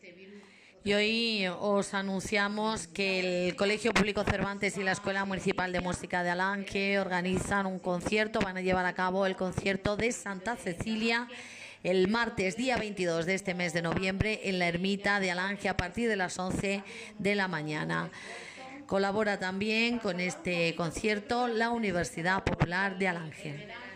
Y hoy os anunciamos que el Colegio Público Cervantes y la Escuela Municipal de Música de Alange organizan un concierto, van a llevar a cabo el concierto de Santa Cecilia el martes día 22 de este mes de noviembre en la ermita de Alange a partir de las 11 de la mañana. Colabora también con este concierto la Universidad Popular de Alange.